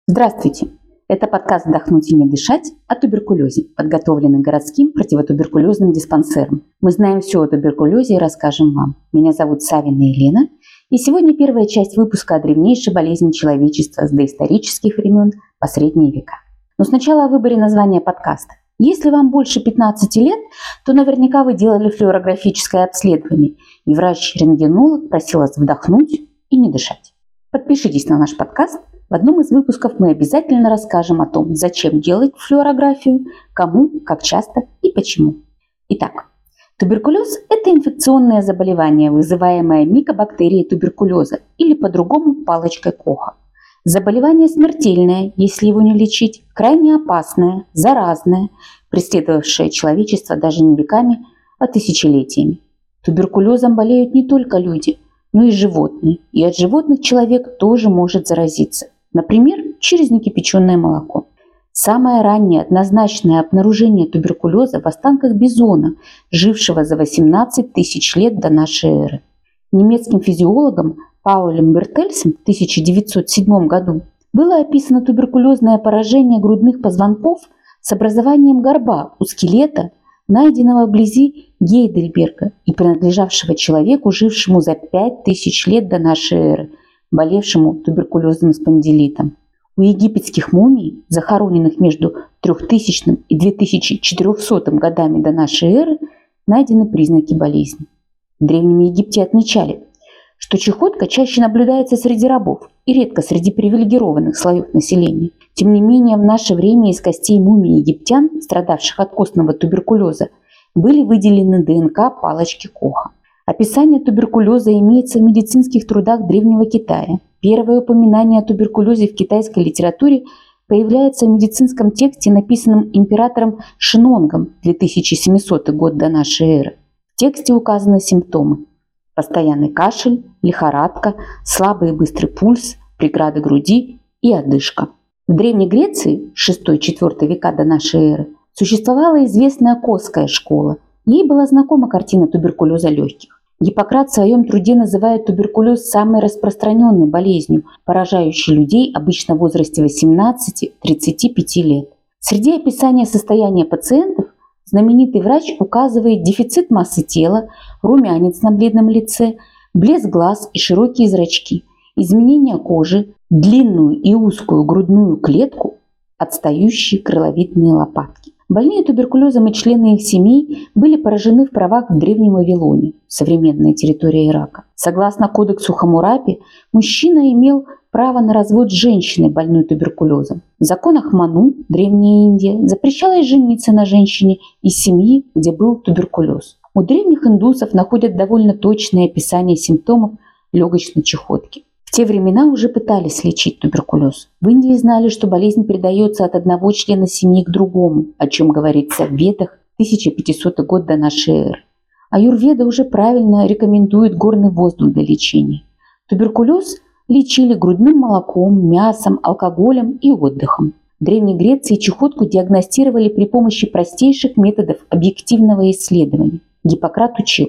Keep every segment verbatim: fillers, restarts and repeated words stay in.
Здравствуйте! Это подкаст «Вдохнуть и не дышать» о туберкулезе, подготовленный городским противотуберкулезным диспансером. Мы знаем все о туберкулезе и расскажем вам. Меня зовут Савина Елена, и сегодня первая часть выпуска о древнейшей болезни человечества с доисторических времен по средние века. Но сначала о выборе названия подкаста. Если вам больше пятнадцати лет, то наверняка вы делали флюорографическое обследование, и врач-рентгенолог просил вас вдохнуть и не дышать. Подпишитесь на наш подкаст. В одном из выпусков мы обязательно расскажем о том, зачем делать флюорографию, кому, как часто и почему. Итак, туберкулез – это инфекционное заболевание, вызываемое микобактерией туберкулеза или по-другому палочкой Коха. Заболевание смертельное, если его не лечить, крайне опасное, заразное, преследовавшее человечество даже не веками, а тысячелетиями. Туберкулезом болеют не только люди, но и животные, и от животных человек тоже может заразиться. Например, через некипяченое молоко. Самое раннее однозначное обнаружение туберкулеза в останках бизона, жившего за восемнадцать тысяч лет до нашей эры. Немецким физиологом Паулем Бертельсом в тысяча девятьсот седьмом году было описано туберкулезное поражение грудных позвонков с образованием горба у скелета, найденного вблизи Гейдельберга и принадлежавшего человеку, жившему за пять тысяч лет до нашей эры, болевшему туберкулезным спондилитом. У египетских мумий, захороненных между трехтысячным и две тысячи четырехсотым годами до нашей эры, найдены признаки болезни. В Древнем Египте отмечали, что чехотка чаще наблюдается среди рабов и редко среди привилегированных слоев населения. Тем не менее, в наше время из костей мумий египтян, страдавших от костного туберкулеза, были выделены ДНК палочки Коха. Описание туберкулеза имеется в медицинских трудах Древнего Китая. Первое упоминание о туберкулезе в китайской литературе появляется в медицинском тексте, написанном императором Шинонгом две тысячи семисотый год до нашей эры. В тексте указаны симптомы: постоянный кашель, лихорадка, слабый и быстрый пульс, преграды груди и одышка. В Древней Греции, шестой-четвёртый века до нашей эры, существовала известная Косская школа. Ей была знакома картина туберкулеза легких. Гиппократ в своем труде называет туберкулез самой распространенной болезнью, поражающей людей обычно в возрасте восемнадцати-тридцати пяти лет. Среди описания состояния пациентов знаменитый врач указывает дефицит массы тела, румянец на бледном лице, блеск глаз и широкие зрачки, изменение кожи, длинную и узкую грудную клетку, отстающие крыловидные лопатки. Больные туберкулезом и члены их семей были поражены в правах в Древнем Вавилоне, современная территория Ирака. Согласно кодексу Хаммурапи, мужчина имел право на развод с женщиной, больной туберкулезом. В законах Ману, Древняя Индия, запрещалось жениться на женщине из семьи, где был туберкулез. У древних индусов находят довольно точное описание симптомов легочной чехотки. В те времена уже пытались лечить туберкулез. В Индии знали, что болезнь передается от одного члена семьи к другому, о чем говорится в Ведах, тысяча пятисотый год до нашей эры. Аюрведа уже правильно рекомендует горный воздух для лечения. Туберкулез лечили грудным молоком, мясом, алкоголем и отдыхом. В Древней Греции чехотку диагностировали при помощи простейших методов объективного исследования. Гиппократ учил: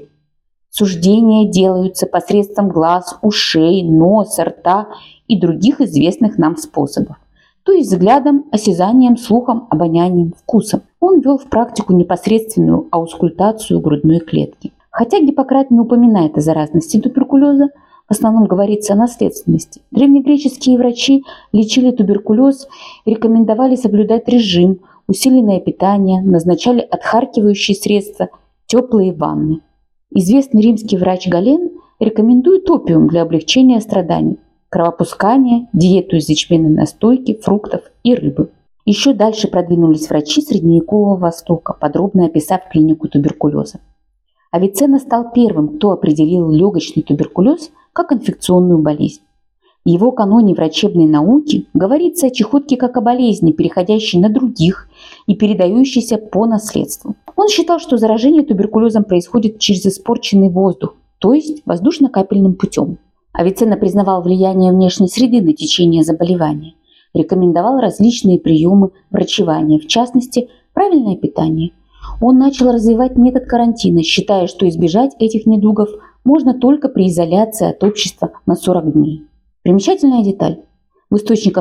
суждения делаются посредством глаз, ушей, носа, рта и других известных нам способов, то есть взглядом, осязанием, слухом, обонянием, вкусом. Он ввел в практику непосредственную аускультацию грудной клетки. Хотя Гиппократ не упоминает о заразности туберкулеза, в основном говорится о наследственности. Древнегреческие врачи лечили туберкулез, рекомендовали соблюдать режим, усиленное питание, назначали отхаркивающие средства, теплые ванны. Известный римский врач Гален рекомендует опиум для облегчения страданий, кровопускание, диету из ячменной настойки, фруктов и рыбы. Еще дальше продвинулись врачи Средневекового Востока, подробно описав клинику туберкулеза. Авиценна стал первым, кто определил легочный туберкулез как инфекционную болезнь. В его каноне врачебной науки говорится о чехотке как о болезни, переходящей на других и передающейся по наследству. Он считал, что заражение туберкулезом происходит через испорченный воздух, то есть воздушно-капельным путем. Авиценна признавал влияние внешней среды на течение заболевания, рекомендовал различные приемы врачевания, в частности, правильное питание. Он начал развивать метод карантина, считая, что избежать этих недугов можно только при изоляции от общества на сорок дней. Примечательная деталь. В источниках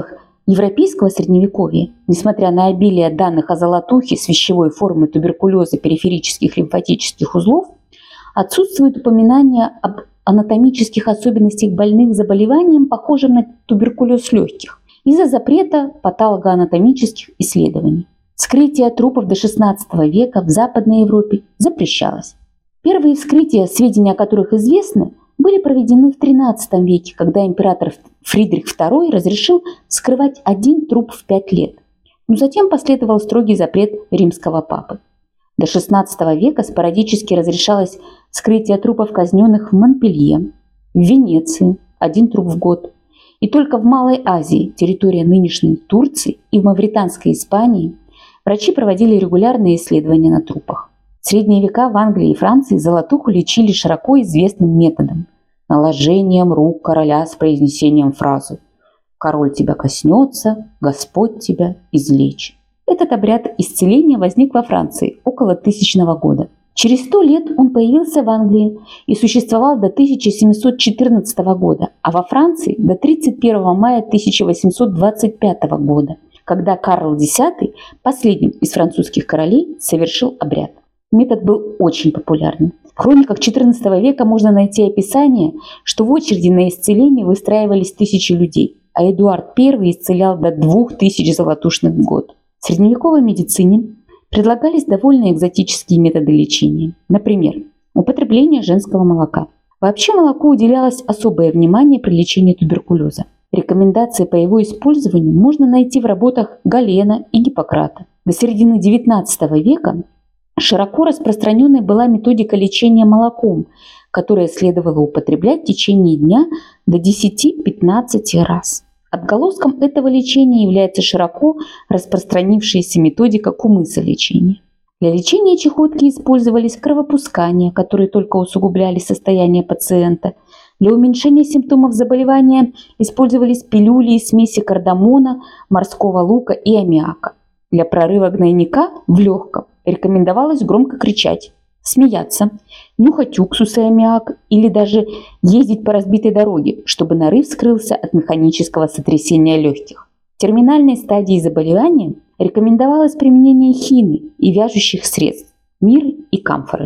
европейского средневековья, несмотря на обилие данных о золотухе с вещевой формой туберкулеза периферических лимфатических узлов, отсутствует упоминание об анатомических особенностях больных заболеванием, похожим на туберкулез легких, из-за запрета патологоанатомических исследований. Вскрытие трупов до шестнадцатого века в Западной Европе запрещалось. Первые вскрытия, сведения о которых известны, были проведены в тринадцатом веке, когда император Фридрих второй разрешил вскрывать один труп в пять лет. Но затем последовал строгий запрет римского папы. До шестнадцатого века спорадически разрешалось вскрытие трупов казненных в Монпелье, в Венеции, один труп в год. И только в Малой Азии, территория нынешней Турции, и в Мавританской Испании врачи проводили регулярные исследования на трупах. В средние века в Англии и Франции золотуху лечили широко известным методом – наложением рук короля с произнесением фразы «Король тебя коснется, Господь тебя излечит». Этот обряд исцеления возник во Франции около тысячного года. Через сто лет он появился в Англии и существовал до тысяча семьсот четырнадцатого года, а во Франции до тридцать первого мая тысяча восемьсот двадцать пятого года, когда Карл Десятый, последним из французских королей, совершил обряд. Метод был очень популярным. В хрониках четырнадцатого века можно найти описание, что в очереди на исцеление выстраивались тысячи людей, а Эдуард Первый исцелял до двух тысяч золотушных в год. В средневековой медицине предлагались довольно экзотические методы лечения. Например, употребление женского молока. Вообще молоку уделялось особое внимание при лечении туберкулеза. Рекомендации по его использованию можно найти в работах Галена и Гиппократа. До середины девятнадцатого века широко распространенной была методика лечения молоком, которое следовало употреблять в течение дня до десяти-пятнадцати раз. Отголоском этого лечения является широко распространившаяся методика кумыса-лечения. Для лечения чехотки использовались кровопускания, которые только усугубляли состояние пациента. Для уменьшения симптомов заболевания использовались пилюли из смеси кардамона, морского лука и аммиака. Для прорыва гнойника в легком рекомендовалось громко кричать, смеяться, нюхать уксус и аммиак или даже ездить по разбитой дороге, чтобы нарыв скрылся от механического сотрясения легких. В терминальной стадии заболевания рекомендовалось применение хины и вяжущих средств, мир и камфоры.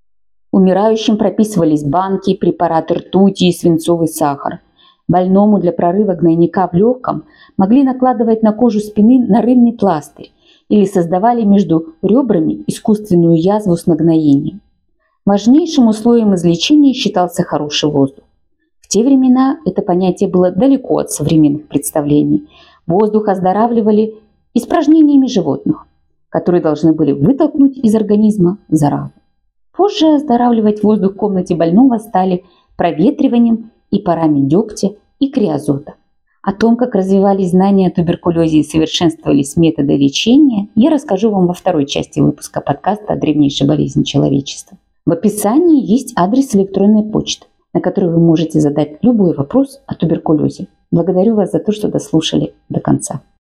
Умирающим прописывались банки, препараты ртути и свинцовый сахар. Больному для прорыва гнойника в легком могли накладывать на кожу спины нарывный пластырь или создавали между ребрами искусственную язву с нагноением. Важнейшим условием излечения считался хороший воздух. В те времена это понятие было далеко от современных представлений. Воздух оздоравливали испражнениями животных, которые должны были вытолкнуть из организма заразу. Позже оздоравливать воздух в комнате больного стали проветриванием и парами дегтя и криозота. О том, как развивались знания о туберкулезе и совершенствовались методы лечения, я расскажу вам во второй части выпуска подкаста о древнейшей болезни человечества. В описании есть адрес электронной почты, на который вы можете задать любой вопрос о туберкулезе. Благодарю вас за то, что дослушали до конца.